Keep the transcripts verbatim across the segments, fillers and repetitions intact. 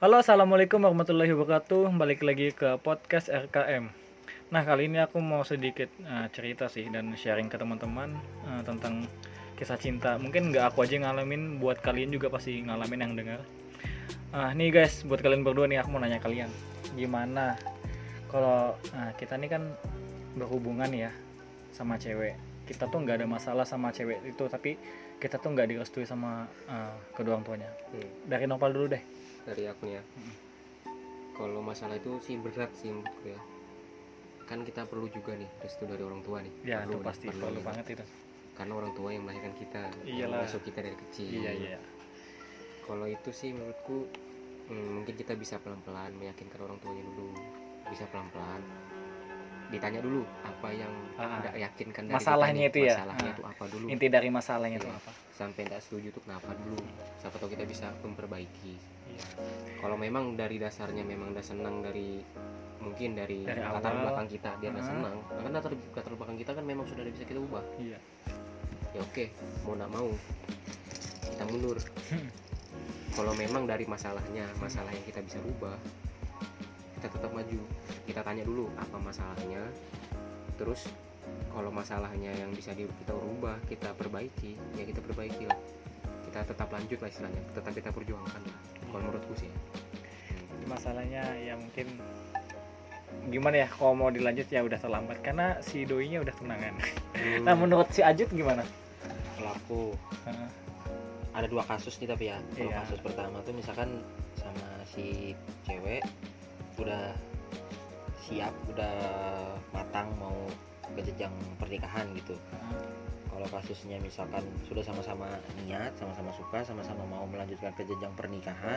Halo, assalamualaikum warahmatullahi wabarakatuh. Balik lagi ke podcast R K M. Nah, kali ini aku mau sedikit uh, cerita sih dan sharing ke teman-teman uh, tentang kisah cinta. Mungkin nggak aku aja ngalamin, buat kalian juga pasti ngalamin yang dengar. Uh, nih guys, buat kalian berdua nih aku mau nanya kalian, gimana kalau uh, kita nih kan berhubungan ya sama cewek. Kita tuh nggak ada masalah sama cewek itu, tapi kita tuh nggak direstui sama uh, kedua orang tuanya. Hmm. Dari Nopal dulu deh. Dari aku nih ya. Hmm. Kalau masalah itu sih berat sih menurutku ya. Kan kita perlu juga nih restu dari orang tua nih. Ya, perlu, itu pasti perlu, perlu banget itu. Karena orang tua yang melahirkan kita, Iyalah. yang mengasuh kita dari kecil. Iya, iya. Kalau itu sih menurutku hmm, mungkin kita bisa pelan-pelan meyakinkan orang tuanya dulu. Bisa pelan-pelan. Ditanya dulu apa yang tidak yakinkan dari masalahnya itu ya. Masalahnya itu apa dulu? Inti dari masalahnya itu ya, apa? Sampai tidak setuju itu kenapa dulu? Siapa tahu kita bisa memperbaiki. Iya. Kalau memang dari dasarnya memang udah senang dari mungkin dari, dari latar awal, belakang kita dia udah uh-huh. senang, karena latar, latar belakang kita kan memang sudah bisa kita ubah. Iya. Ya oke, mau nggak mau kita mundur. Kalau memang dari masalahnya masalah yang kita bisa ubah, kita tetap maju. Kita tanya dulu apa masalahnya, terus kalau masalahnya yang bisa di, kita ubah, kita perbaiki, ya kita perbaiki lah. Kita tetap lanjut lah istilahnya, tetap kita perjuangkan lah. Kalau menurutku sih. Masalahnya ya mungkin gimana ya, kalau mau dilanjut ya udah terlambat karena si doinya udah tunangan. Hmm. Nah, menurut si Ajit gimana? Kalau aku uh-huh. ada dua kasus nih tapi ya. Kalau iya. kasus pertama tuh misalkan sama si cewek udah siap, udah matang mau ke jenjang pernikahan gitu. Uh-huh. Kalau kasusnya misalkan sudah sama-sama niat, sama-sama suka, sama-sama mau melanjutkan ke jenjang pernikahan,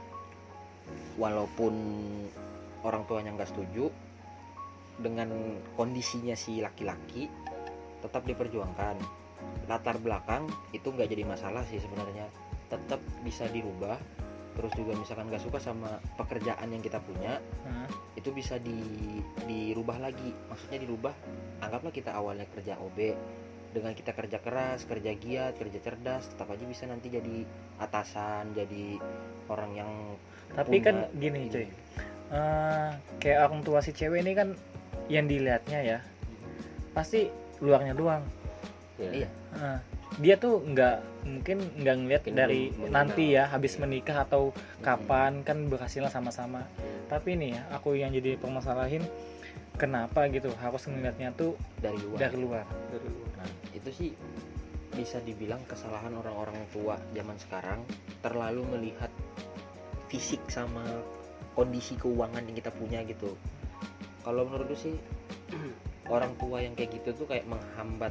walaupun orang tuanya nggak setuju dengan kondisinya si laki-laki, tetap diperjuangkan. Latar belakang itu nggak jadi masalah sih sebenarnya, tetap bisa dirubah. Terus juga misalkan nggak suka sama pekerjaan yang kita punya, hmm. itu bisa di, dirubah lagi. Maksudnya dirubah, anggaplah kita awalnya kerja O B, dengan kita kerja keras, kerja giat, kerja cerdas, tetap aja bisa nanti jadi atasan, jadi orang yang tapi kan gini ini. Cuy, uh, kayak orang tua si cewek ini kan yang dilihatnya ya pasti luarnya doang. Iya. Uh, dia tuh nggak mungkin nggak ngeliat mungkin dari nanti ya habis iya. menikah atau kapan kan berhasilnya sama-sama. Tapi nih ya aku yang jadi permasalahin, kenapa gitu harus ngeliatnya tuh dari luar. Dari luar. Dari luar. Nah, itu sih bisa dibilang kesalahan orang-orang tua zaman sekarang, terlalu melihat fisik sama kondisi keuangan yang kita punya gitu. Kalau menurutku sih orang tua yang kayak gitu tuh kayak menghambat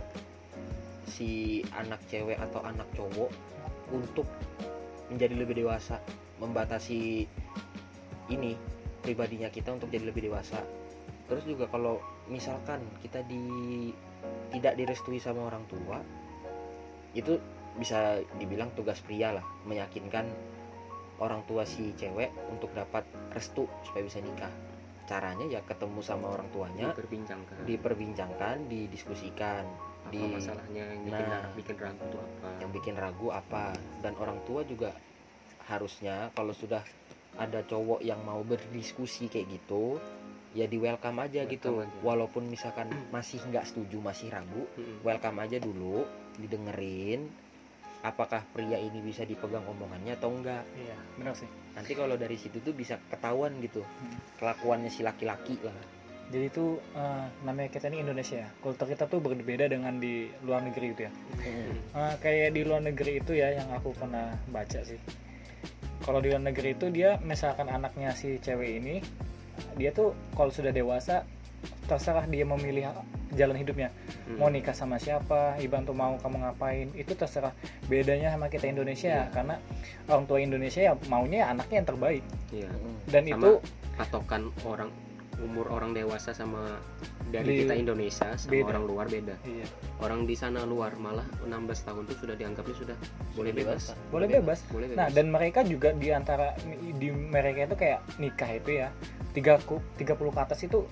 si anak cewek atau anak cowok untuk menjadi lebih dewasa, membatasi ini pribadinya kita untuk jadi lebih dewasa. Terus juga kalau misalkan kita di tidak direstui sama orang tua, itu bisa dibilang tugas pria lah, meyakinkan orang tua si cewek untuk dapat restu supaya bisa nikah. Caranya ya ketemu sama orang tuanya, diperbincangkan, diperbincangkan, didiskusikan. Apa di, masalahnya yang bikin, nah, bikin ragu itu apa? Yang bikin ragu apa? Dan orang tua juga harusnya kalau sudah ada cowok yang mau berdiskusi kayak gitu, ya di welcome aja welcome gitu aja. Walaupun misalkan masih nggak setuju, masih ragu, welcome aja dulu, didengerin apakah pria ini bisa dipegang omongannya atau enggak. Iya, benar sih. Nanti kalau dari situ tuh bisa ketahuan gitu hmm. kelakuannya si laki-laki lah. Jadi itu uh, namanya kita ini Indonesia ya, kultur kita tuh berbeda dengan di luar negeri itu ya. hmm. uh, kayak di luar negeri itu ya yang aku pernah baca sih, kalau di luar negeri itu dia misalkan anaknya si cewek ini, dia tuh kalau sudah dewasa terserah dia memilih jalan hidupnya, hmm. mau nikah sama siapa, Iban tuh mau kamu ngapain, itu terserah. Bedanya sama kita Indonesia yeah. karena orang tua Indonesia ya maunya anaknya yang terbaik. Yeah. Dan sama itu patokan orang umur orang dewasa sama dari di, kita Indonesia sama beda. Orang luar beda. Yeah. Orang di sana luar malah enam belas tahun tuh sudah dianggapnya sudah boleh bebas. Boleh bebas. Boleh bebas. Nah, dan mereka juga di antara di mereka itu kayak nikah itu ya tiga puluh ke atas itu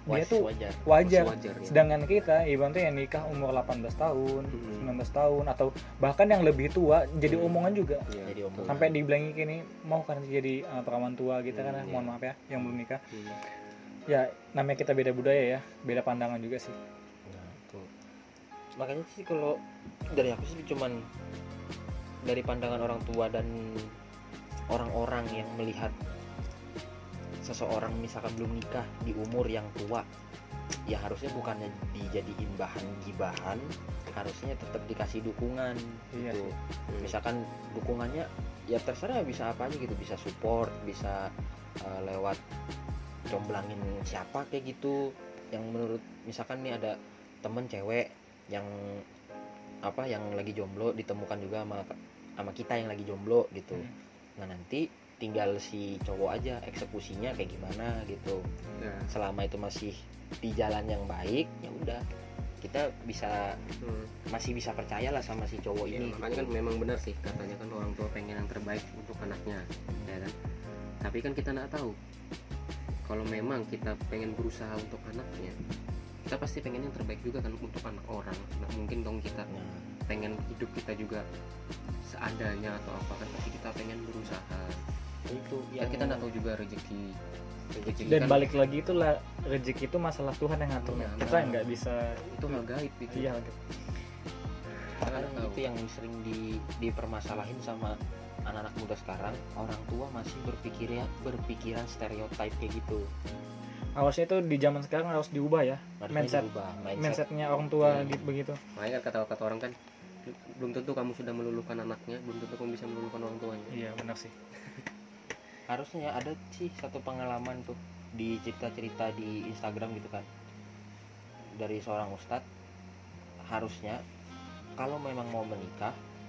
dia Masih tuh wajar. wajar. Masih wajar, ya. Sedangkan kita ibaratnya yang nikah umur delapan belas tahun, Hmm. sembilan belas tahun atau bahkan yang lebih tua jadi Hmm. omongan juga. Iya. Jadi omongan. Sampai dibilangin gini, mau kan jadi uh, perawan tua gitu kan, Hmm, mohon iya. maaf ya yang belum nikah. Hmm. Ya namanya kita beda budaya ya, beda pandangan juga sih. Nah, itu. Makanya sih kalau dari aku sih cuman dari pandangan orang tua dan orang-orang yang melihat seseorang misalkan belum nikah di umur yang tua, ya harusnya bukannya dijadiin bahan gibahan, harusnya tetap dikasih dukungan Iya gitu. Hmm. Misalkan dukungannya ya terserah, bisa apa aja gitu, bisa support, bisa uh, lewat comblangin siapa kayak gitu, yang menurut misalkan nih ada temen cewek yang apa yang lagi jomblo ditemukan juga sama sama kita yang lagi jomblo gitu. Hmm. Nah nanti tinggal si cowok aja eksekusinya kayak gimana gitu. Ya. Selama itu masih di jalan yang baik, ya udah kita bisa Hmm. masih bisa percaya lah sama si cowok Ya, ini. makanya kan gitu. memang benar sih katanya kan orang tua pengen yang terbaik untuk anaknya, ya kan. Tapi kan kita nggak tahu kalau memang kita pengen berusaha untuk anaknya, kita pasti pengen yang terbaik juga kan untuk anak orang. Nah, mungkin dong kita Nah, pengen hidup kita juga seadanya atau apa, kan pasti kita pengen berusaha. itu Kan kita nggak tahu juga rezeki rezeki Dan kan balik lagi itulah rezeki itu masalah Tuhan yang ngatur. Iya, Kita nah. nggak bisa. itu hal gaib itu. Iya gitu. Makanya Nggak tahu. itu yang sering di, dipermasalahin sama anak-anak muda sekarang, orang tua masih berpikirnya berpikiran stereotip kayak gitu. Harusnya itu di zaman sekarang harus diubah ya. Harusnya Mindset, dirubah, mindset. mindsetnya orang tua Iya. gitu begitu. Makanya kan kata-kata orang kan, belum tentu kamu sudah meluluhkan anaknya, belum tentu kamu bisa meluluhkan orang tuanya. Iya benar sih. Harusnya ada sih satu pengalaman tuh di cerita-cerita di Instagram gitu kan, dari seorang ustadz. Harusnya kalau memang mau menikah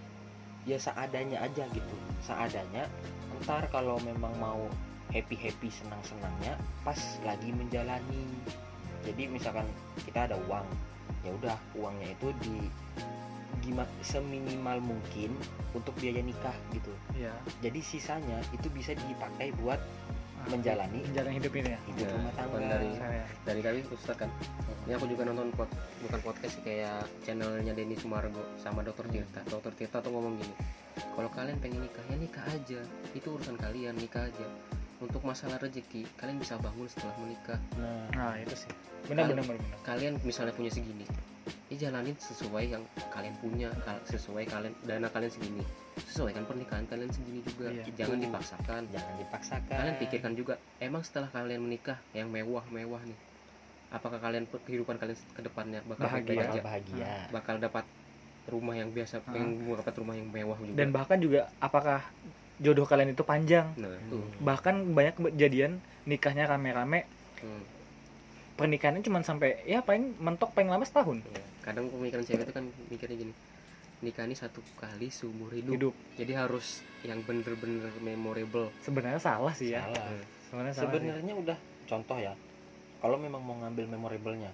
ya seadanya aja gitu, seadanya. Ntar kalau memang mau happy happy senang senangnya pas lagi menjalani. Jadi misalkan kita ada uang, ya udah uangnya itu di gimana seminimal mungkin untuk biaya nikah gitu. Iya. Jadi sisanya itu bisa dipakai buat Ah, menjalani menjalani hidup ini ya. hidup Ya, rumah bukan tangga. dari Saya. dari tadi Ustadz kan. Ini aku juga nonton pod, bukan podcast sih, kayak channelnya Denny Sumargo sama Dokter Tirta. Dokter Tirta tuh ngomong gini, kalau kalian pengen nikah ya nikah aja, itu urusan kalian, nikah aja. Untuk masalah rezeki kalian bisa bangun setelah menikah. Nah, Nah itu sih. Benar benar benar. benar. Kalian misalnya punya segini, ya jalanin sesuai yang kalian punya, kal- sesuai kalian dana kalian segini, sesuaikan pernikahan kalian segini juga. Iya. Jangan dipaksakan. jangan dipaksakan. Kalian pikirkan juga, emang setelah kalian menikah yang mewah-mewah nih, apakah kalian kehidupan kalian ke depannya bakal Bahagia. baik-baik bakal aja, bahagia. bakal dapat rumah yang biasa, Ah. pengen dapat rumah yang mewah juga. Dan bahkan juga apakah jodoh kalian itu panjang? Nah tuh, Bahkan banyak kejadian nikahnya rame-rame, hmm. pernikahannya cuma sampai ya paling mentok paling lama setahun. Ya, kadang pemikiran cewek itu kan mikirnya gini, nikah ini satu kali seumur hidup, Hidup. jadi harus yang bener-bener memorable. Sebenarnya salah sih ya. Salah. Hmm. Sebenarnya salah. sih. Sebenarnya udah contoh ya. Kalau memang mau ngambil memorable-nya,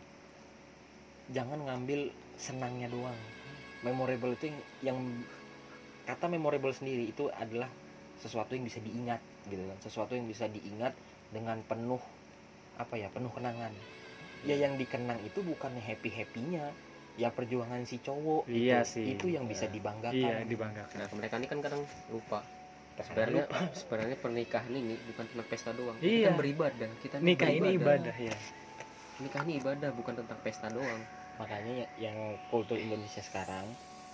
jangan ngambil senangnya doang. Memorable itu yang, yang kata memorable sendiri itu adalah sesuatu yang bisa diingat gitu kan, sesuatu yang bisa diingat dengan penuh apa ya, penuh kenangan. Ya yang dikenang itu bukannya happy happynya, ya perjuangan si cowok. Iya itu, sih. itu yang bisa Ya. dibanggakan. Iya dibanggakan. Nah mereka ini kan kadang lupa. Kadang Sebenarnya sebenarnya pernikahan ini bukan tentang pesta doang. Kita Iya. kan beribadah. Kita nih Nikah ini ibadah ya. Nikah ini ibadah, bukan tentang pesta doang. Makanya ya- yang kultur Indonesia sekarang,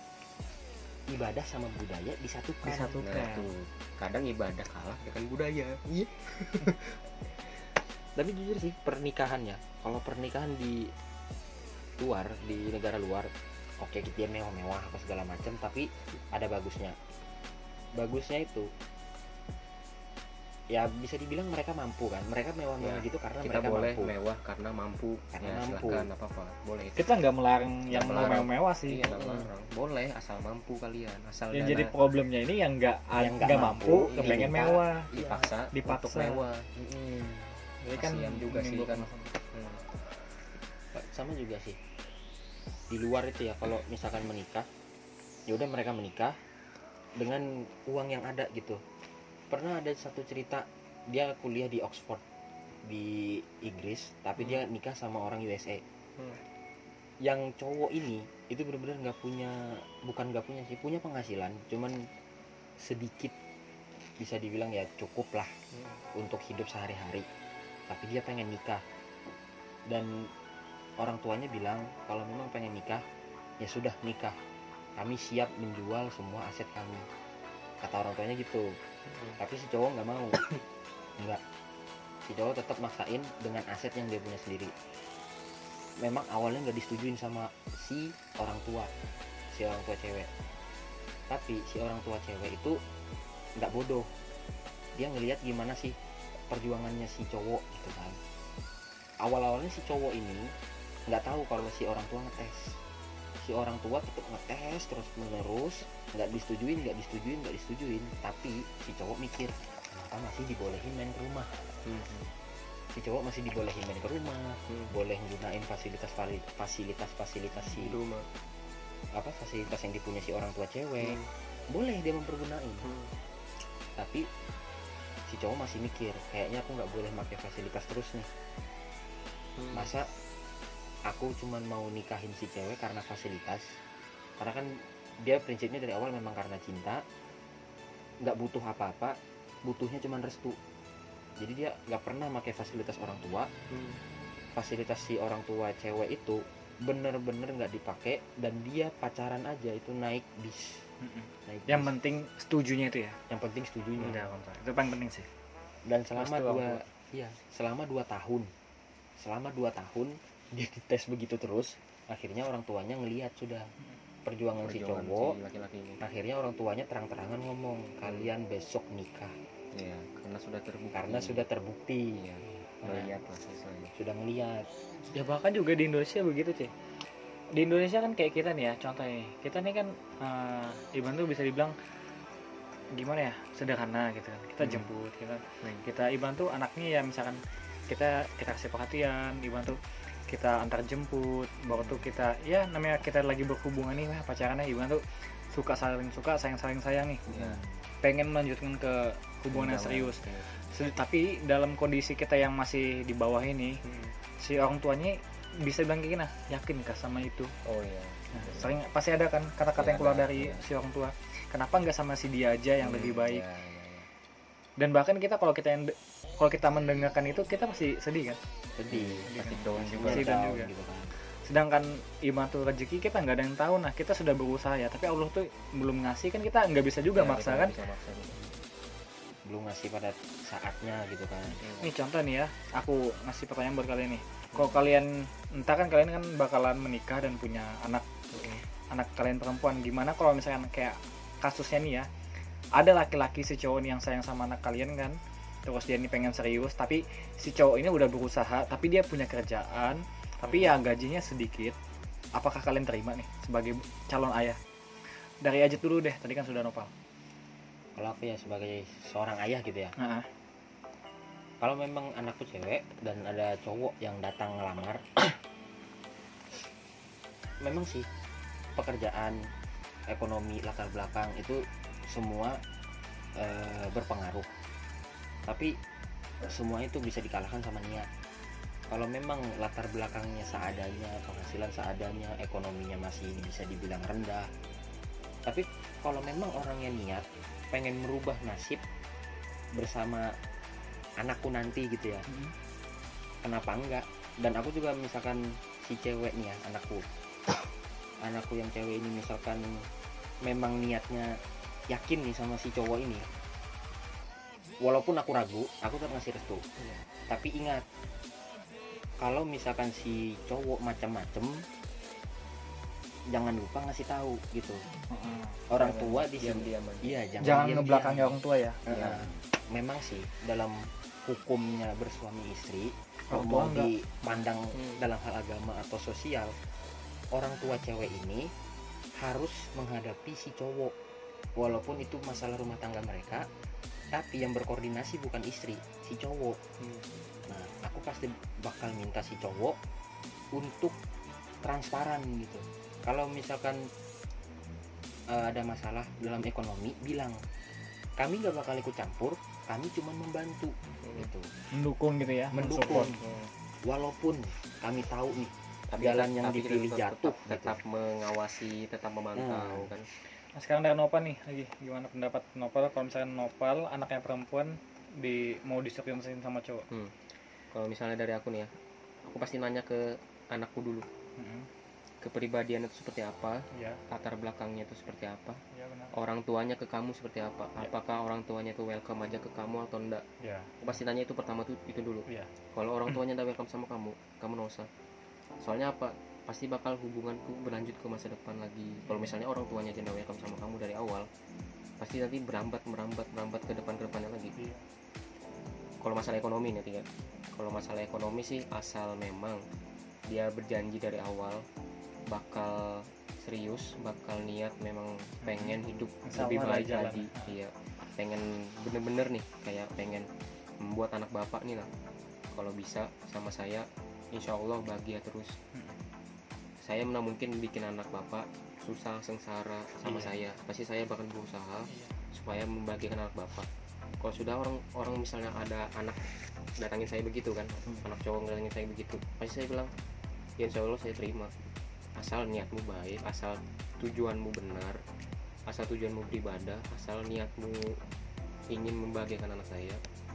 ibadah sama budaya disatukan. Disatukan. Nah, tuh. Kadang ibadah kalah dengan budaya. Iya. Tapi jujur sih pernikahan ya, kalau pernikahan di luar, di negara luar, oke dia mewah-mewah apa segala macam, tapi ada bagusnya. Bagusnya itu ya bisa dibilang mereka mampu kan, mereka mewah-mewah Ya, gitu karena Kita mereka boleh mampu. mewah karena mampu. Karena Ya, mampu. silahkan apa-apa. Boleh. Kita nggak melarang yang melarang. mewah-mewah sih. Iya, nggak melarang. Boleh asal mampu kalian. Asal Yang dana jadi problemnya ini yang nggak Yang nggak nggak mampu, mampu, kepengen diminta. mewah. dipaksa, Dipaksa. untuk mewah. Mm-mm. Jadi kan Kasihan juga sih menimbulkan kan. masalah. Hmm. Sama juga sih di luar itu ya, kalau misalkan menikah ya udah mereka menikah dengan uang yang ada gitu. Pernah ada satu cerita, dia kuliah di Oxford, di Inggris tapi Hmm. dia nikah sama orang U S A. Hmm. Yang cowok ini itu benar-benar nggak punya, bukan nggak punya sih, punya penghasilan cuman sedikit, bisa dibilang ya cukup lah Hmm. untuk hidup sehari-hari, tapi dia pengen nikah. Dan orang tuanya bilang kalau memang pengen nikah ya sudah nikah, kami siap menjual semua aset kami, kata orang tuanya gitu. Hmm. Tapi si cowok nggak mau. Enggak, si cowok tetap maksain dengan aset yang dia punya sendiri. Memang awalnya nggak disetujuin sama si orang tua, si orang tua cewek. Tapi si orang tua cewek itu nggak bodoh, dia ngelihat gimana sih perjuangannya si cowok gitu kan. Awal-awalnya si cowok ini nggak tahu kalau si orang tua ngetes. Si orang tua tetap ngetes terus menerus, nggak disetujuin, nggak disetujuin, nggak disetujuin. Tapi si cowok mikir, kenapa masih dibolehin main ke rumah? Hmm. Si cowok masih dibolehin main ke rumah, Hmm. boleh gunain fasilitas fasilitas fasilitas si Di rumah. apa fasilitas yang dipunya si orang tua cewek, Hmm. boleh dia mempergunain. Hmm. Tapi si cowok masih mikir, kayaknya aku nggak boleh pakai fasilitas terus nih. Hmm. Masa aku cuman mau nikahin si cewek karena fasilitas? Karena kan dia prinsipnya dari awal memang karena cinta, nggak butuh apa-apa, butuhnya cuman restu. Jadi dia nggak pernah pakai fasilitas orang tua. Hmm. Fasilitas si orang tua cewek itu bener-bener nggak dipakai, dan dia pacaran aja itu naik bis, Mm-mm. naik Yang bis. penting setujunya itu ya. Yang penting setujunya. Udah kontrak. Itu paling penting sih. Dan selama Restu orang dua tua. iya selama dua tahun selama dua tahun dia dites begitu terus, akhirnya orang tuanya ngelihat sudah perjuangan, si Perjuangan cowok. si laki-laki ini. Akhirnya orang tuanya terang-terangan ngomong, kalian besok nikah Iya, karena sudah terbukti. karena sudah terbukti. Iya. Nah, Melihat lah sisanya. sudah melihat. Ya bahkan juga di Indonesia begitu sih. Di Indonesia kan kayak kita nih ya, contohnya nih. Kita nih kan uh, Iban tuh bisa dibilang gimana ya, sederhana gitu kan. Kita Hmm. jemput, kita Hmm. kita Iban tuh anaknya ya misalkan kita kita kasih perhatian, Iban tuh kita antar jemput, baru tuh kita ya namanya kita lagi berhubungan nih, wah, pacarannya Iban tuh suka saling suka, sayang saling sayang nih. Iya. Pengen melanjutkan ke hubungan yang serius. Se- Tapi dalam kondisi kita yang masih di bawah ini, Hmm. si orang tuanya bisa bilang kayak gini, nah, yakin kah sama itu? Oh iya. Nah, sering pasti ada kan kata-kata Ya, yang keluar ada, dari ya. si orang tua. Kenapa nggak sama si dia aja yang Hmm, lebih baik? iya, iya, iya. Dan bahkan kita kalau kita yang de- kalau kita mendengarkan itu kita pasti sedih kan. Sedih, Pasti kan? down juga. Pasti down down juga. gitu kan. Sedangkan iman tuh rezeki kita nggak ada yang tahu. Nah kita sudah berusaha ya, tapi Allah tuh belum ngasih kan, kita nggak bisa juga Ya, maksa kita kan. bisa maksa juga. Belum ngasih pada saatnya gitu kan. Nih contoh nih ya, aku ngasih pertanyaan buat kalian nih. Kalau kalian entah kan kalian kan bakalan menikah dan punya anak, Hmm. anak kalian perempuan, gimana kalau misalkan kayak kasusnya nih ya, ada laki-laki si cowok nih yang sayang sama anak kalian kan, terus dia nih pengen serius, tapi si cowok ini udah berusaha, tapi dia punya kerjaan, tapi ya gajinya sedikit. Apakah kalian terima nih sebagai calon ayah? Dari Ajit dulu deh, tadi kan sudah Nopal. Kalau aku ya sebagai seorang ayah gitu ya, Nah, kalau memang anakku cewek dan ada cowok yang datang ngelamar, memang sih pekerjaan, ekonomi, latar belakang itu semua eh, berpengaruh. Tapi semua itu bisa dikalahkan sama niat. Kalau memang latar belakangnya seadanya, penghasilan seadanya, ekonominya masih bisa dibilang rendah, tapi kalau memang orangnya niat pengen merubah nasib bersama anakku nanti gitu ya, kenapa enggak? Dan aku juga misalkan si cewek nih ya, anakku anakku yang cewek ini misalkan memang niatnya yakin nih sama si cowok ini, walaupun aku ragu, aku tetap ngasih restu. Iya. Tapi ingat, kalau misalkan si cowok macam-macam, jangan lupa ngasih tahu gitu. Orang Jangan tua di sini, diam-diam aja. iya jangan, jangan diam-diam. ngebelakangi orang tua ya. Heeh. Iya. Memang sih dalam hukumnya bersuami istri, Orang tua mau enggak. dipandang Hmm. dalam hal agama atau sosial, orang tua cewek ini harus menghadapi si cowok, walaupun itu masalah rumah tangga mereka, tapi yang berkoordinasi bukan istri, si cowok. Hmm. Nah, aku pasti bakal minta si cowok untuk transparan gitu. Kalau misalkan uh, ada masalah dalam ekonomi, bilang kami gak bakal ikut campur, kami cuma membantu. Hmm. gitu. Mendukung gitu ya, Mendukung. mensupport. Walaupun kami tahu nih Tapi jalan kita- yang tapi kita dipilih tetap, jatuh tetap, tetap mengawasi, tetap memantau Hmm. kan. Nah, sekarang dari Nopal nih lagi gimana pendapat Nopal kalau misalkan Nopal anaknya perempuan di mau diseriusin sama cowok? Hmm. Kalau misalnya dari aku nih ya, aku pasti nanya ke anakku dulu, Mm-hmm. kepribadian itu seperti apa, Ya, latar belakangnya itu seperti apa, ya benar. orang tuanya ke kamu seperti apa, Ya. apakah orang tuanya itu welcome aja ke kamu atau enggak. Ya, Aku pasti nanya itu pertama tuh itu dulu. ya. Kalau orang tuanya enggak welcome sama kamu, kamu nggak usah. Soalnya apa? Pasti bakal hubunganku berlanjut ke masa depan lagi. Kalau misalnya orang tuanya aja enggak welcome sama kamu dari awal, pasti nanti berambat merambat merambat ke depan ke depannya lagi. Iya. Kalau masalah ekonomi nih tiga. Kalau masalah ekonomi sih asal memang dia berjanji dari awal bakal serius, bakal niat memang pengen hidup Insya lebih Allah baik ada jalan. lagi. Iya, pengen bener-bener nih kayak pengen membuat anak bapak nih lah. Kalau bisa sama saya, insya Allah bahagia terus. Hmm. Saya mana mungkin bikin anak bapak susah sengsara sama Iya. saya. Pasti saya bakal berusaha Iya. supaya membahagiakan anak bapak. Kalau sudah orang orang misalnya ada anak datangin saya begitu kan, Hmm. anak cowok datangin saya begitu, pasti saya bilang ya insya Allah saya terima, asal niatmu baik, asal tujuanmu benar, asal tujuanmu beribadah, asal niatmu ingin membahagiakan anak saya,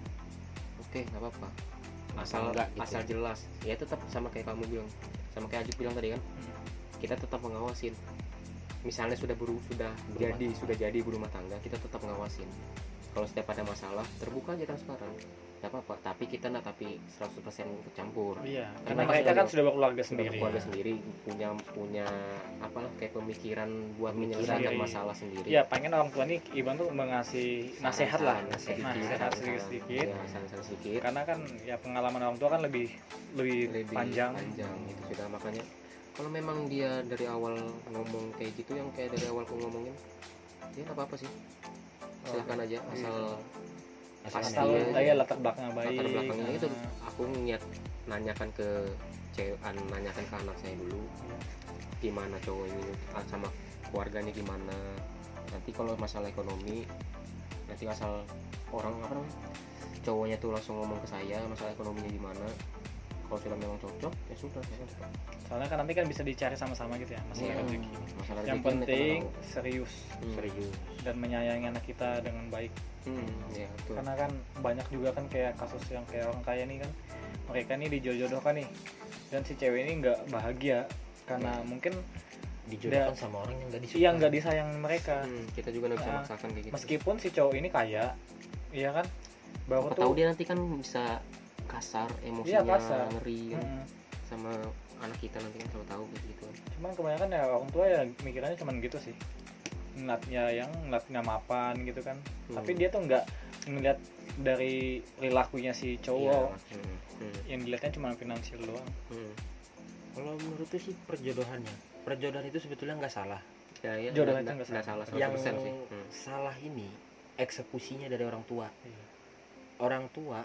oke nggak apa-apa, asal Enggak, gitu. asal jelas. Ya tetap sama kayak kamu bilang, sama kayak Ajik bilang tadi kan, Hmm. kita tetap mengawasin. Misalnya sudah beru sudah Berumah jadi tangga. sudah jadi berumah tangga, kita tetap mengawasin. Kalau setiap ada masalah terbuka aja transparan, nggak apa-apa. Tapi kita nggak tapi seratus persen kecampur. Iya, Karena karena mereka mereka kan sudah- sudah berkeluarga Sudah sendiri. keluarga sendiri, punya punya apalah kayak pemikiran buat Pemikiran menyelesaikan sendiri. masalah sendiri. Iya, pengen orang tua nih Iban tuh mengasih nasihat lah, Nasihat nasihat sedikit-sedikit. Ya, saran-saran sedikit. Karena kan ya pengalaman orang tua kan lebih lebih, Lebih panjang. panjang itu sudah, makanya kalau memang dia dari awal ngomong kayak gitu, yang kayak dari awal aku ngomongin, ya nggak apa-apa sih, silahkan aja asal Asalnya Asal dia- saya latar belakang baik. latar belakangnya itu Nah, aku niat nanyakan ke cewek, an- nanyakan ke anak saya dulu Iya. gimana cowok ini ah, sama keluarganya gimana. Nanti kalau masalah ekonomi nanti asal orang apa namanya cowoknya tuh langsung ngomong ke saya masalah ekonominya gimana. Kalau sudah memang cocok ya sudah, ya sudah. soalnya kan nanti kan bisa dicari sama-sama gitu ya masalah Iya. rezeki. Masalah Yang rezeki nanti penting kalau tahu. serius Hmm. serius. dan menyayangi anak kita dengan baik. Hmm, ya betul. Karena kan banyak juga kan kayak kasus yang kayak orang kaya nih kan, mereka nih dijodoh-jodohkan nih dan si cewek ini nggak bahagia karena Ya. mungkin Dijodohkan Da- sama orang yang nggak disuka. iya nggak disayang mereka. Hmm, kita juga nggak bisa Ah, maksakan kayak gitu. Meskipun si cowok ini kaya, iya kan, baru Siapa tuh tahu dia nanti kan bisa kasar, emosinya Iya, kasar. ngeri kan, Mm-mm. sama anak kita nanti kan selalu tahu gitu kan. Cuman kebanyakan ya orang tua ya mikirannya cuman gitu sih, ngeliatnya yang ngeliatnya mapan gitu kan. Hmm. Tapi dia tuh nggak ngeliat dari perilakunya si cowok, Iya, hmm, hmm, yang dilihatnya cuma finansial doang. hmm. Kalau menurutku sih perjodohannya, perjodohan itu sebetulnya nggak salah. Ya, ya, Jodoh nggak- itu nggak nggak salah. salah Yang seratus persen sih. Hmm. salah ini eksekusinya dari orang tua. Iya. Orang tua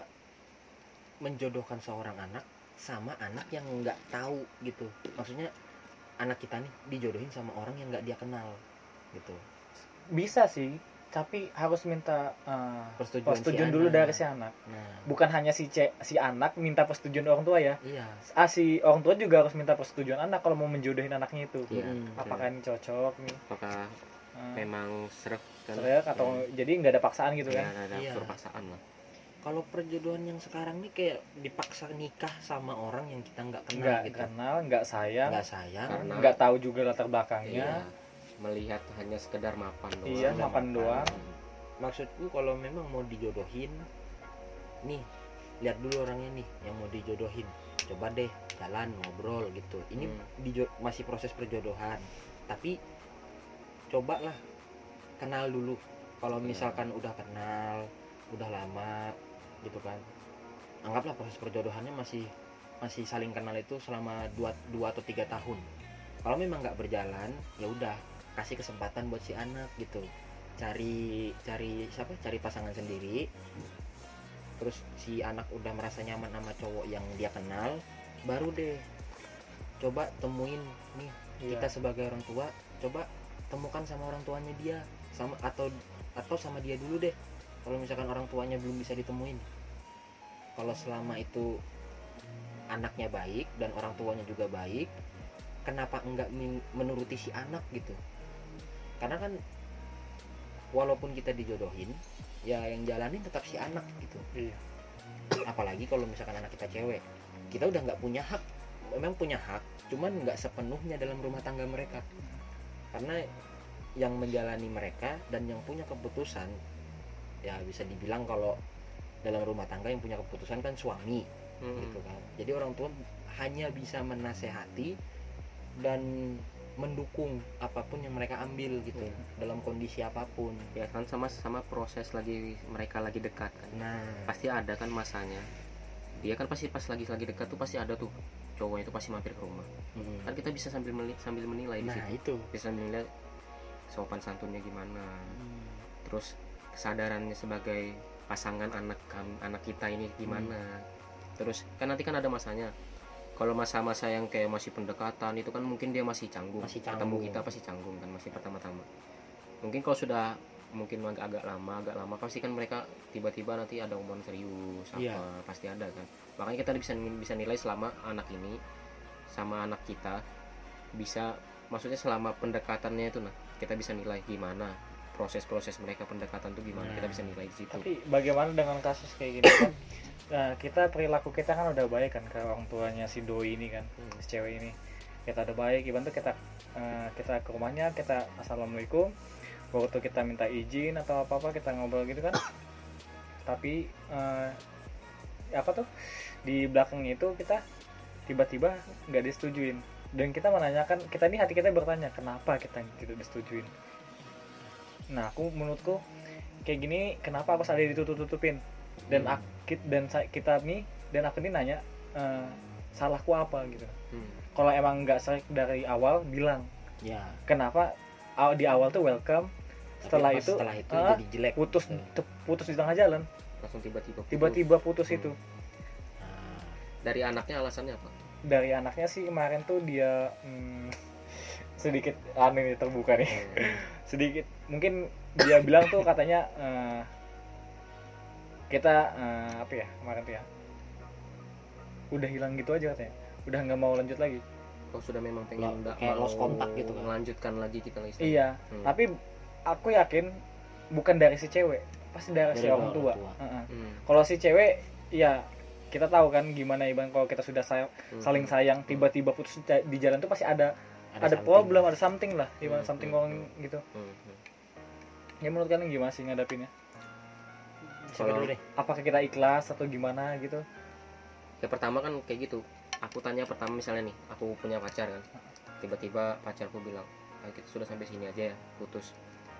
menjodohkan seorang anak sama anak yang nggak tahu gitu. Maksudnya anak kita nih dijodohin sama orang yang nggak dia kenal gitu. Bisa sih, tapi harus minta uh, Persetujuan, persetujuan si dulu anak. dari si anak. Nah, Bukan hanya si ce- si anak minta persetujuan orang tua ya. iya. Ah, si orang tua juga harus minta persetujuan anak kalau mau menjodohin anaknya itu. Iya. Mm-mm. Apakah ini cocok nih? Apakah Uh, memang serak kan? Serak atau jadi nggak ada paksaan gitu ya, kan? ada Iya. unsur paksaan lah. Kalau perjodohan yang sekarang nih kayak dipaksa nikah sama orang yang kita nggak kenal Nggak gitu. kenal, nggak sayang, Nggak sayang. Karena- nggak tahu juga latar belakangnya. Iya. Melihat hanya sekedar mapan doang. Iya, Sekedar mapan doang. Maksudku kalau memang mau dijodohin, nih lihat dulu orangnya nih yang mau dijodohin. Coba deh jalan ngobrol gitu. Ini Hmm. dijo- masih proses perjodohan. Tapi cobalah kenal dulu. Kalau Iya. misalkan udah kenal, udah lama gitu kan. Anggaplah proses perjodohannya masih masih saling kenal itu selama dua, dua atau tiga tahun. Kalau memang nggak berjalan, ya udah kasih kesempatan buat si anak gitu. Cari cari siapa? Cari pasangan sendiri. Terus si anak udah merasa nyaman sama cowok yang dia kenal, baru deh coba temuin nih Iya. kita sebagai orang tua, coba temukan sama orang tuanya dia, sama atau atau sama dia dulu deh. Kalau misalkan orang tuanya belum bisa ditemuin, kalau selama itu anaknya baik dan orang tuanya juga baik, kenapa enggak min- menuruti si anak gitu? Karena kan walaupun kita dijodohin, ya yang jalanin tetap si anak gitu. Iya. Apalagi kalau misalkan anak kita cewek, kita udah nggak punya hak. Memang punya hak, cuman nggak sepenuhnya dalam rumah tangga mereka. Karena yang menjalani mereka dan yang punya keputusan, ya bisa dibilang kalau dalam rumah tangga yang punya keputusan kan suami, Hmm. gitu kan. Jadi orang tua hanya bisa menasehati dan mendukung apapun yang mereka ambil gitu, Iya. dalam kondisi apapun. Ya kan sama-sama proses lagi mereka lagi dekat kan. Nah, Pasti ada kan masanya. Dia kan pasti pas lagi lagi dekat tuh pasti ada tuh cowok itu pasti mampir ke rumah. hmm. Kan kita bisa sambil meli- sambil menilai di nah situ. itu. Bisa menilai sopan santunnya gimana. Hmm. Terus kesadarannya sebagai pasangan anak kam- anak kita ini gimana. Terus kan nanti kan ada masanya. Kalau masa-masa yang kayak masih pendekatan itu kan mungkin dia masih canggung. Masih Ketemu canggung. kita pasti canggung kan masih pertama-tama. Mungkin kalau sudah mungkin agak, agak lama, agak lama pasti kan mereka tiba-tiba nanti ada omongan serius apa Iya. pasti ada kan. Makanya kita bisa bisa nilai selama anak ini sama anak kita bisa maksudnya selama pendekatannya itu nah kita bisa nilai gimana proses-proses mereka pendekatan tuh gimana Nah, kita bisa nilai di situ. Tapi bagaimana dengan kasus kayak gini kan? Nah, kita perilaku kita kan udah baik kan ke orang tuanya si doi ini kan, Hmm. si cewek ini. Kita udah baik, ibarat tuh kita eh, kita ke rumahnya, kita assalamualaikum, waktu kita minta izin atau apa apa kita ngobrol gitu kan. Tapi eh, apa tuh di belakangnya itu kita tiba-tiba nggak disetujuin dan kita menanyakan, kita ini hati kita bertanya kenapa kita tidak disetujuin. Nah aku menurutku kayak gini, kenapa aku selalu ditutup-tutupin dan Hmm. ak- dan sa- kita nih dan aku ini nanya eh, salahku apa gitu. Hmm. Kalau emang nggak strike dari awal bilang Ya. kenapa aw- di awal tuh welcome, setelah Tapi pas itu setelah itu ah, jadi jelek. putus gitu. te- putus di tengah jalan, Langsung tiba-tiba putus. tiba-tiba putus Hmm. itu. Nah, Dari anaknya alasannya apa? Dari anaknya sih kemarin tuh dia hmm, sedikit aneh nih terbuka nih. Hmm. Sedikit mungkin dia bilang tuh katanya eh, kita eh, apa ya kemarin tuh ya udah hilang gitu aja katanya, udah nggak mau lanjut lagi. Oh sudah memang Lo- pengen nggak kayak mau lost contact gitu kan? melanjutkan lagi kita lagi. Iya, Hmm. tapi aku yakin bukan dari si cewek, pasti dari, si Dari orang orang tua. tua. Heeh. Hmm. Kalau si cewek, ya kita tahu kan gimana iban kalau kita sudah say- Hmm. saling sayang, tiba-tiba putus di di jalan tuh pasti ada ada, something. problem, ada something lah, gimana Hmm, something hmm, wrong gitu. Hmm. Hmm. Ya menurut kalian gimana sih ngadapinnya? Siapa Kalau- dulu deh? Apakah kita ikhlas atau gimana gitu? Ya pertama kan kayak gitu. Aku tanya pertama misalnya nih, aku punya pacar kan. Tiba-tiba pacarku bilang, "Ah, kita sudah sampai sini aja ya, putus."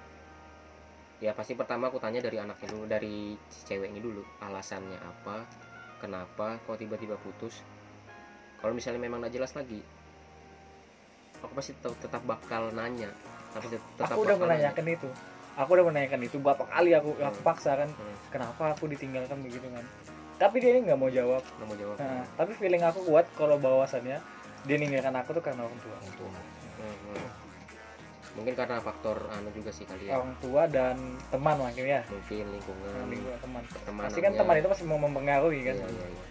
Ya pasti pertama aku tanya dari anaknya dulu, dari si cewek ini dulu, alasannya apa, kenapa kok tiba-tiba putus. Kalau misalnya memang nggak jelas lagi, aku pasti tetap, tetap bakal nanya. Tapi tet- tetap Aku udah bakal menanyakan itu. Aku udah menanyakan itu berapa kali aku aku Hmm. paksa kan, nanya. Hmm, kenapa aku ditinggalkan begitu kan. Tapi dia ini nggak mau jawab. nggak mau jawab. Nah, tapi feeling aku kuat kalau bahwasannya dia ninggalkan aku tuh karena orang tua. Orang tua. Hmm, hmm. Mungkin karena faktor anu juga sih kali ya. Orang tua dan teman mungkin ya. Mungkin lingkungan. Nah, lingkungan teman. pertemanannya. Pasti kan teman itu pasti mau mempengaruhi kan. Iya, iya, iya.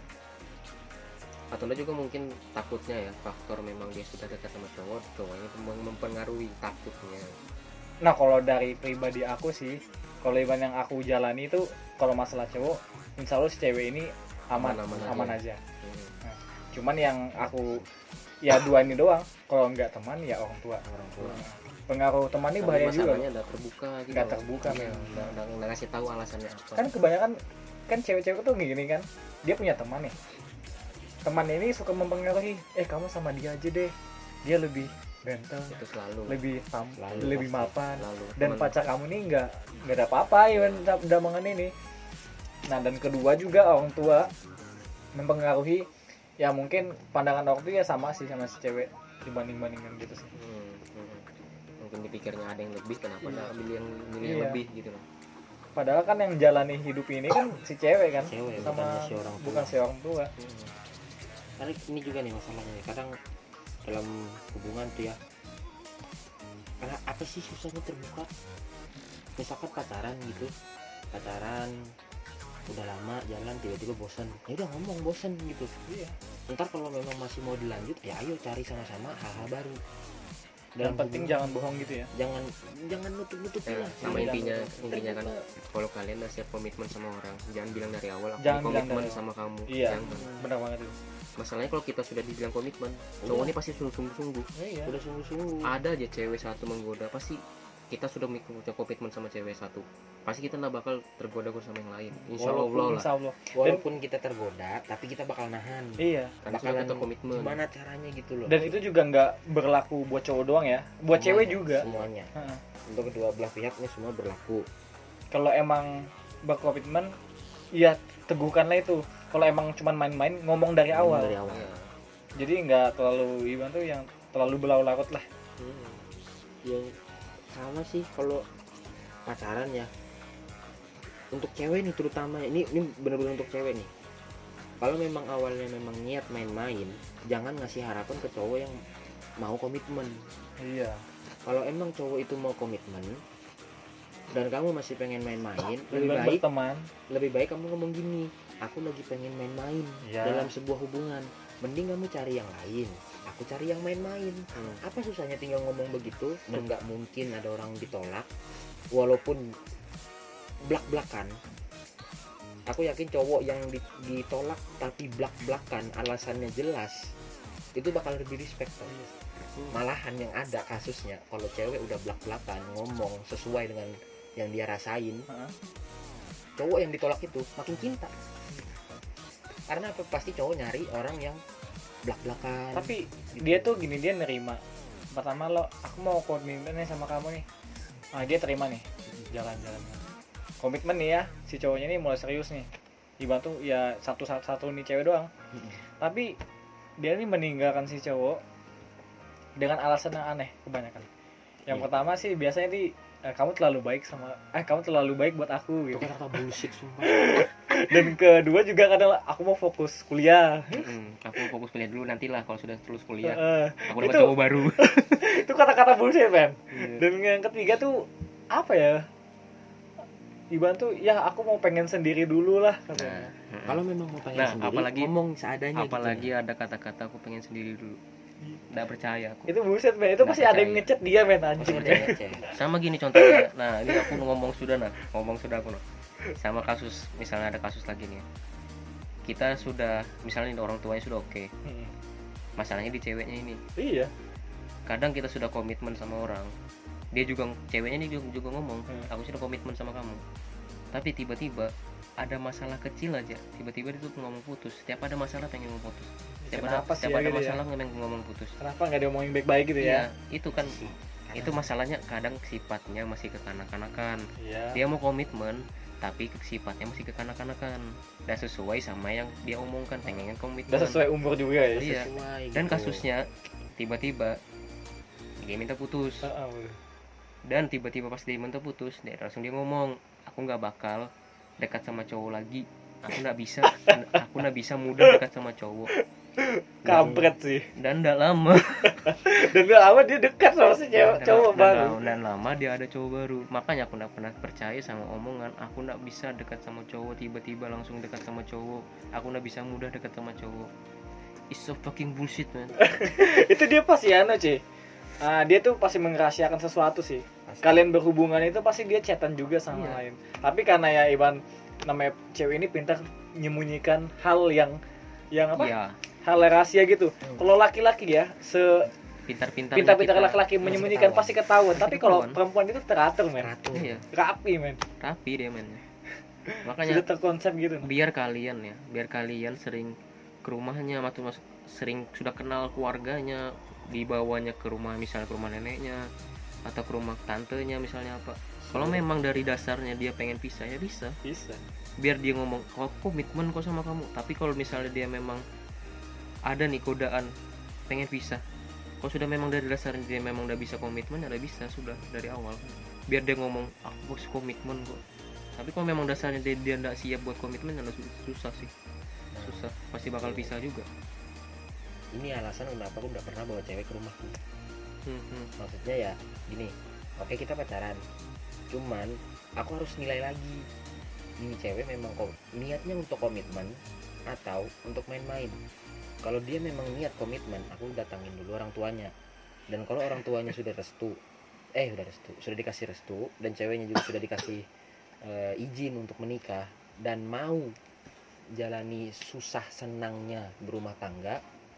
Atau enggak juga mungkin takutnya ya, faktor memang dia sudah dekat sama cowok, cowoknya itu mem- mempengaruhi takutnya. Nah kalau dari pribadi aku sih, kalau iban yang aku jalani itu kalau masalah cowok, insya Allah si cewek ini aman, Aman-aman aman, aja. aja. Hmm. Cuman yang aku ya dua ini doang. Kalau nggak teman ya orang tua. Orang tua. Pengaruh teman ini Tapi bahaya juga. masalahnya udah terbuka gitu. Nggak loh. terbuka, Iya, memang. nggak nggak- nggak ngasih tahu alasannya apa. Kan kebanyakan kan cewek-cewek tuh gini kan, dia punya teman nih. Teman ini suka mempengaruhi, eh kamu sama dia aja deh, dia lebih ganteng, Itu selalu. lebih tam, Lalu lebih pasti. mapan. Lalu. Dan Temen- pacar kamu nih nggak nggak ada apa-apa ya damangan ini. Nah dan kedua juga orang tua mempengaruhi, ya mungkin pandangan orang tua ya sama sih sama si cewek dibanding bandingkan gitu sih. Hmm, hmm. Mungkin dipikirnya ada yang lebih, kenapa Iya. nggak ambil yang milih yang Iya. lebih gitu loh. Padahal kan yang jalani hidup ini kan si cewek kan, Cewek, sama bukannya si orang tua. bukan si orang tua. Hmm. Karena ini juga nih masalahnya. Kadang dalam hubungan tuh ya, karena apa sih susahnya terbuka? Misalkan pacaran gitu, pacaran udah lama jalan tiba-tiba bosan, ya udah ngomong bosan gitu. Iya. Ntar kalau memang masih mau dilanjut ya ayo cari sama-sama hal-hal baru. Dan penting hubungan. jangan bohong gitu ya. jangan jangan nutup-nutupin Ya, lah. sama Iya, intinya betul. intinya kan kalau kalian udah siap komitmen sama orang, jangan bilang dari awal aku Jangan bilang komitmen dari awal. sama kamu. Iya. Jangan. Benar banget itu. Masalahnya kalau kita sudah dibilang komitmen, cowok ini pasti sudah sungguh-sungguh. Iya. Udah sungguh-sungguh. Ada aja cewek satu menggoda, pasti kita sudah punya komitmen sama cewek satu, pasti kita nggak bakal tergoda sama yang lain. Insya Allah Walaupun- lah. Insya Allah. Walaupun kita tergoda tapi kita bakal nahan. Iya. Karena sudah kita komitmen. Gimana caranya gitu loh. Dan itu juga nggak berlaku buat cowok doang ya, buat cewek Semuanya, juga. Semuanya. Heeh. Untuk kedua belah pihak ini semua berlaku. Kalau emang berkomitmen, ya teguhkanlah itu. Kalau emang cuman main-main, ngomong dari awal. Dari awal. Iya. Jadi nggak terlalu gimana tuh yang terlalu berlarut-larut lah. Hmm. Yang sama sih kalau pacaran ya. Untuk cewek nih terutama, ini ini benar-benar untuk cewek nih. Kalau memang awalnya memang niat main-main, jangan ngasih harapan ke cowok yang mau komitmen. Iya. Kalau emang cowok itu mau komitmen dan kamu masih pengen main-main, lebih Lebih baik berteman. lebih baik kamu ngomong gini, aku lagi pengen main-main Iya. dalam sebuah hubungan, mending kamu cari yang lain, aku cari yang main-main. Hmm. Apa susahnya tinggal ngomong begitu? Dan nggak mungkin ada orang ditolak walaupun blak-blakan. Aku yakin cowok yang di- ditolak tapi blak-blakan alasannya jelas itu bakal lebih respect tau. Malahan yang ada kasusnya kalau cewek udah blak-blakan ngomong sesuai dengan yang dia rasain, Heeh. cowok yang ditolak itu makin cinta. Karena apa? Pasti cowok nyari orang yang blak-blakan. Tapi dia tuh gini, dia nerima. Pertama lo, aku mau komitmen nih sama kamu nih. Ah, dia terima nih. Jalan-jalan. Komitmen nih ya, si cowoknya nih mulai serius nih. Ibarat tuh ya satu-satu nih cewek doang. Mm-mm. Tapi dia nih meninggalkan si cowok dengan alasan yang aneh kebanyakan. Yang Iya. pertama sih biasanya nih eh, kamu terlalu baik sama eh kamu terlalu baik buat aku Itu gitu. kata-kata bullshit sumpah. Dan kedua juga kadang aku mau fokus kuliah. Hmm, aku fokus kuliah dulu, nantilah kalau sudah lulus kuliah Heeh. aku dapat Itu- cowok baru. Itu kata-kata bullshit, Ben. Iya. Dan yang ketiga tuh apa ya? Iban tuh ya aku mau pengen sendiri dulu lah katanya. Nah, Kalau memang mau pengen Nah, sendiri, apalagi- ngomong seadanya apalagi gitu. ada kata-kata aku pengen sendiri dulu, nggak percaya aku. Itu bullshit, Ben. Itu Nggak pasti ada yang percaya. ngechat dia, Ben, Masih anjing. ngeceh-ngeceh. Sama gini contohnya, nah ini aku ngomong sudah nah ngomong sudah aku nah. Sama kasus, misalnya ada kasus lagi nih, kita sudah misalnya ini orang tuanya sudah oke, Hmm. masalahnya di ceweknya ini. Iya. Kadang kita sudah komitmen sama orang, dia juga ceweknya ini juga, juga ngomong Hmm. aku sudah komitmen sama kamu, tapi tiba-tiba ada masalah kecil aja, tiba-tiba dia tuh ngomong putus. Setiap ada masalah pengen ngomong putus, setiap ada, Kenapa sih setiap ya ada gitu ya? masalah pengen ngomong putus. Kenapa nggak diomongin baik-baik gitu ya? Iya, itu kan Sih. itu masalahnya kadang sifatnya masih kekanak-kanakan. Iya. Dia mau komitmen tapi sifatnya masih kekanak-kanakan, dan sesuai sama yang dia omongkan, pengen komitmen. Udah sesuai umur juga ya. Iya. Sesuai Dan gitu. kasusnya tiba-tiba dia minta putus, Heeh, bener. dan tiba-tiba pas dia minta putus dia langsung dia ngomong, aku nggak bakal dekat sama cowok lagi, aku nggak bisa aku nggak bisa mudah dekat sama cowok. Kampret sih. Dan nggak lama Dan udah lama dia dekat sama si cewek dan, cowok dan- baru. dan lama dia ada cowok baru. Makanya aku nggak pernah percaya sama omongan aku nggak bisa dekat sama cowok, tiba-tiba langsung dekat sama cowok, aku nggak bisa mudah dekat sama cowok. It's so fucking bullshit, man. Itu dia pasti anu, cuy. Ah, dia tuh pasti merahasiakan sesuatu sih. Pasti. Kalian berhubungan itu pasti dia chatan juga sama Iya. lain. Tapi karena ya Iban namanya cewek ini pintar menyembunyikan hal yang yang apa? Iya, Hal rahasia gitu. Hmm. Kalau laki-laki ya, se pintar-pintar pintar-pintar kita. laki-laki Masih menyembunyikan ketahuan. pasti ketahuan. Tapi kalau Ketahuan. perempuan itu teratur, men. Teratur. Iya, Rapi, men. rapi dia, men. Sudah Makanya terkonsep gitu. biar kalian ya, biar kalian sering ke rumahnya, maksud mas sering sudah kenal keluarganya, dibawanya ke rumah, misalnya ke rumah neneknya atau ke rumah tantenya misalnya apa. Kalau memang dari dasarnya dia pengen pisah ya bisa, Bisa. biar dia ngomong kok komitmen kok sama kamu. Tapi kalau misalnya dia memang ada nih godaan pengen pisah, kalau sudah memang dari dasarnya dia memang udah bisa komitmen ya udah bisa sudah dari awal, biar dia ngomong aku harus komitmen kok. Tapi kalau memang dasarnya dia dia nggak siap buat komitmen ya udah sus- susah sih, susah pasti bakal pisah juga. Ini alasan kenapa aku nggak pernah bawa cewek ke rumahku. Hmm, hmm. Maksudnya ya gini, oke kita pacaran, cuman aku harus nilai lagi ini cewek memang kok niatnya untuk komitmen atau untuk main-main. Kalau dia memang niat komitmen, aku datangin dulu orang tuanya. Dan kalau orang tuanya sudah restu, eh sudah restu, sudah dikasih restu dan ceweknya juga sudah dikasih uh, izin untuk menikah dan mau jalani susah senangnya berumah tangga,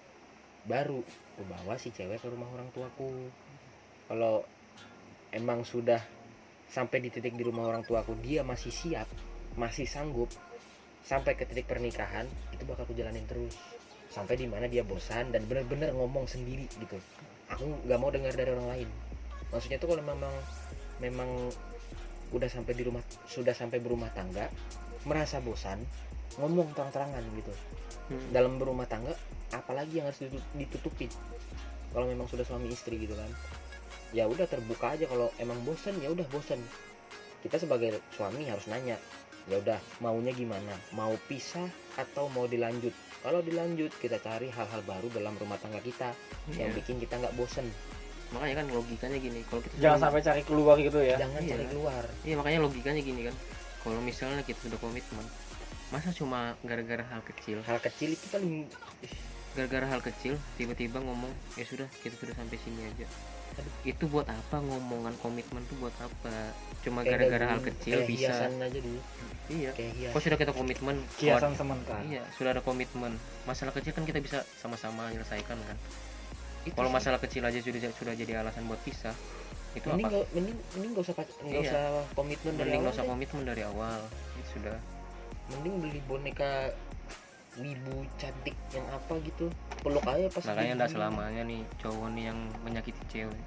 baru aku bawa si cewek ke rumah orang tuaku. Kalau emang sudah sampai di titik di rumah orang tuaku dia masih siap, masih sanggup sampai ke titik pernikahan, itu bakal aku jalanin terus sampai di mana dia bosan dan benar-benar ngomong sendiri gitu. Aku nggak mau dengar dari orang lain. Maksudnya tuh kalau memang memang udah sampai di rumah, sudah sampai berumah tangga, merasa bosan, ngomong terang-terangan gitu. Hmm. Dalam berumah tangga, apalagi yang harus ditutupin? Kalau memang sudah suami istri gitu kan, ya udah terbuka aja. Kalau emang bosan, ya udah bosan. Kita sebagai suami harus nanya, ya udah maunya gimana? Mau pisah atau mau dilanjut? Kalau dilanjut, kita cari hal-hal baru dalam rumah tangga kita yeah. yang bikin kita nggak bosan. Makanya kan logikanya gini, kalau kita jangan sampai cari keluar gitu ya. Jangan iya. cari keluar. Iya, makanya logikanya gini kan. Kalau misalnya kita sudah komitmen, masa cuma gara-gara hal kecil? Hal kecil itu kan gara-gara hal kecil tiba-tiba ngomong, ya sudah kita sudah sampai sini aja. Aduh, itu buat apa ngomongan komitmen tuh buat apa? Cuma kayak gara-gara hal kecil kayak bisa. Hiasan aja dulu. Iya. Kok sudah kita komitmen? Hiasan sementara. Iya, sudah ada komitmen. Masalah kecil kan kita bisa sama-sama menyelesaikan kan. Kalau masalah kecil aja sudah sudah jadi alasan buat pisah, itu mending apa? Gak, mending mending gak usah nggak iya. usah komitmen dari mending awal. Nggak usah komitmen dari awal. Itu sudah. Mending beli boneka wibu cantik yang apa gitu, peluk aja pas. Makanya enggak selamanya nih cowok nih yang menyakiti cewek.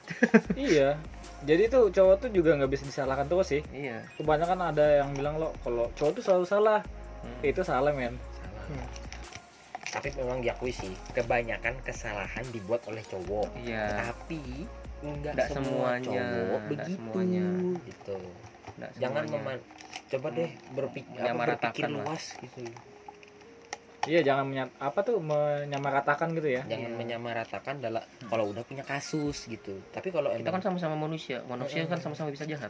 Iya, jadi tuh cowok tuh juga nggak bisa disalahkan terus sih. Iya. Kebanyakan ada yang bilang lo kalau cowok tuh selalu salah. Hmm. Itu salah men. Salah. Hmm. Tapi memang diakui sih, kebanyakan kesalahan dibuat oleh cowok. Iya. Tapi nggak semua semuanya cowok begitu. Semuanya. Gitu. Nggak Jangan semuanya. meman, coba deh berpikir, apa, berpikir luas gitu. Iya, jangan menyat, apa tuh menyamaratakan gitu ya. Jangan iya. menyamaratakan dalam hmm. kalau udah punya kasus gitu. Tapi kalau kita emang, kan sama-sama manusia, manusia hmm. kan sama-sama bisa jahat.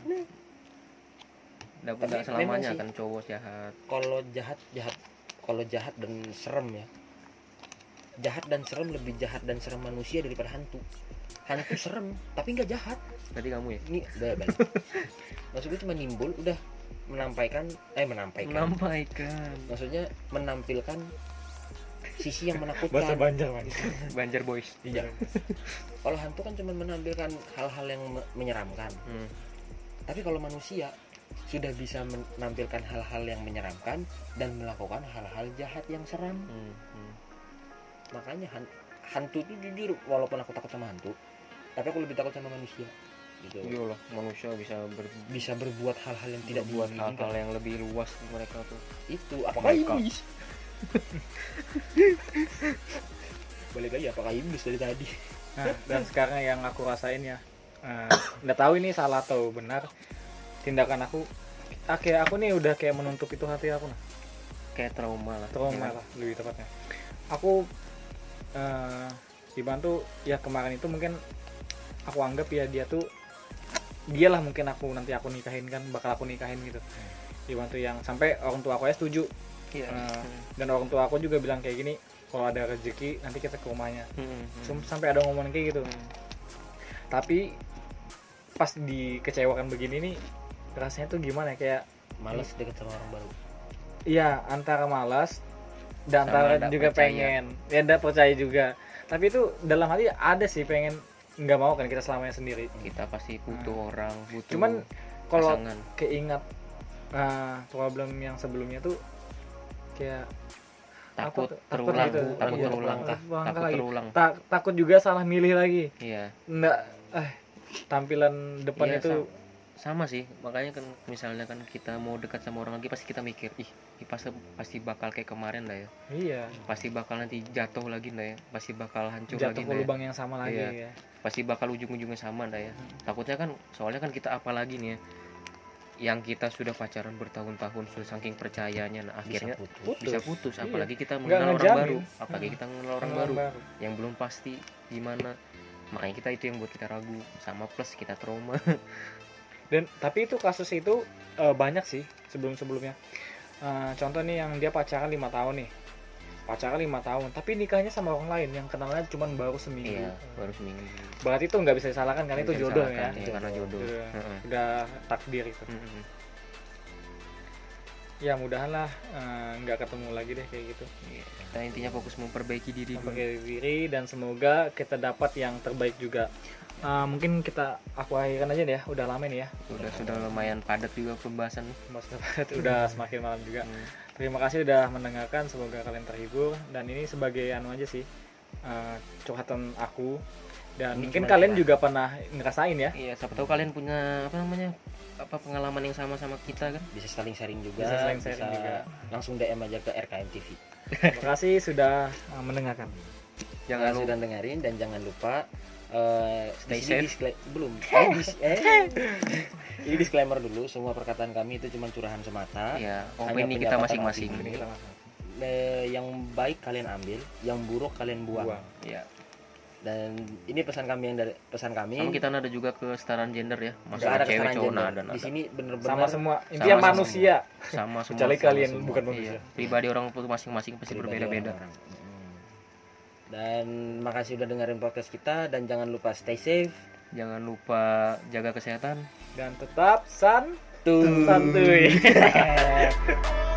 Nggak hmm. selamanya kan cowok jahat. Kalau jahat jahat, kalau jahat dan serem ya. Jahat dan serem lebih jahat dan serem manusia daripada hantu. Hantu serem tapi nggak jahat. Berarti kamu ya? Ini udah balik. Maksudnya cuma nimbul udah menampaikan eh menampaikan menampaikan maksudnya menampilkan sisi yang menakutkan. Bahasa Banjar man. Banjar boys. Iya. Kalau hantu kan cuma menampilkan hal-hal yang menyeramkan. Hmm. Tapi kalau manusia sudah bisa menampilkan hal-hal yang menyeramkan dan melakukan hal-hal jahat yang seram. Hmm. Hmm. Makanya hantu itu jujur, walaupun aku takut sama hantu, tapi aku lebih takut sama manusia. Gitu. Iyalah, manusia bisa ber, bisa berbuat hal-hal yang tidak buat hal-hal yang lebih luas mereka tuh. Itu apakah iblis? Balik lagi, apakah iblis dari tadi? Nah, dan sekarang yang aku rasain ya, uh, nggak tahu ini salah atau benar tindakan aku. Akhirnya aku nih udah kayak menutup itu hati aku nah. Kayak trauma lah. Trauma ya. lah lebih tepatnya. Aku uh, dibantu ya kemarin itu mungkin aku anggap ya dia tuh dialah mungkin aku nanti aku nikahin kan, bakal aku nikahin gitu. Dibantu yang sampai orang tua aku ya setuju. Iya. Uh, dan orang tua aku juga bilang kayak gini, kalau ada rezeki nanti kita ke rumahnya. Hmm, hmm. Sampai ada ngomong kayak gitu. Hmm. Tapi pas dikecewakan begini nih rasanya tuh gimana ya, kayak malas deket sama orang baru. Iya, antara malas dan antara juga percaya. Pengen. Ya enggak percaya juga. Tapi itu dalam hati ada sih pengen, nggak mau kan kita selamanya sendiri. Kita pasti butuh nah. orang, butuh cuman kalau pasangan. Keingat uh, problem yang sebelumnya tuh kayak takut apa, terulang, takut, gitu. takut iya, terulang, takut, takut lagi. terulang. Ta- takut juga salah milih lagi. Iya. Nggak, eh tampilan depan iya, itu sama, sama sih. Makanya kan misalnya kan kita mau dekat sama orang lagi pasti kita mikir, ih, ih pasti pasti bakal kayak kemarin lah ya. Iya. Pasti bakal nanti jatuh lagi lah ya. Pasti bakal hancur jatuh lagi ke lubang ya. Yang sama lagi iya. ya. Pasti bakal ujung-ujungnya sama dah ya. Hmm. Takutnya kan soalnya kan kita apalagi nih ya, yang kita sudah pacaran bertahun-tahun sudah saking percayanya, nah akhirnya bisa putus, bisa putus. Iya. Apalagi kita mengenal orang baru, apalagi hmm. kita mengenal orang baru, baru yang belum pasti gimana. Makanya kita itu yang buat kita ragu, sama plus kita trauma. Dan tapi itu kasus itu uh, banyak sih sebelum-sebelumnya. Uh, contoh nih yang dia pacaran lima tahun nih. Pacaran lima tahun, tapi nikahnya sama orang lain yang kenalnya cuma baru seminggu. Iya, baru seminggu. Berarti itu nggak bisa disalahkan karena itu Bisa jodoh ya. disalahkan, iya, karena jodoh. Udah, Heeh. udah takdir itu. Mm-mm. Ya mudahan lah uh, nggak ketemu lagi deh kayak gitu. Iya, kita intinya fokus memperbaiki diri dulu. Pakai diri dan semoga kita dapat yang terbaik juga. Uh, mungkin kita aku akhirkan aja deh ya, udah lama nih ya. Udah sudah lumayan padat juga pembahasan. Maksudnya udah semakin malam juga. Hmm. Terima kasih udah mendengarkan, semoga kalian terhibur dan ini sebagai anu aja sih uh, curhatan aku dan Ini mungkin cuma kalian curhat. juga pernah ngerasain ya. Iya, siapa tahu kalian punya apa namanya? apa pengalaman yang sama sama kita kan. Bisa saling sharing juga, Bisa saling sharing juga. langsung D M aja ke R K M T V. Terima kasih sudah uh, mendengarkan. Jangan Jangan lupa sudah dengerin dan jangan lupa uh, Stay di sini safe. diskla- belum eh, dis- eh. Ini disclaimer dulu, semua perkataan kami itu cuma curahan semata. ya Hanya opini kita pendapat masing-masing. opini. Ini kita masuk. Eh, yang baik kalian ambil, yang buruk kalian buang. Buang. Ya. Dan ini pesan kami yang dari pesan kami. Sama kita ada juga kesetaraan gender ya. Nggak Masalah ada cewek kesetaraan cowok gender. nada Di nada. sini bener-bener Sama semua, intinya Sama manusia. Sama semua. Kecuali sama kalian semua. bukan manusia. Iya. Pribadi orang itu masing-masing pasti pribadi berbeda-beda. orang-orang. Mm. Dan makasih udah dengerin podcast kita dan jangan lupa stay safe. Jangan lupa jaga kesehatan. Dan tetap san Tuh. santuy.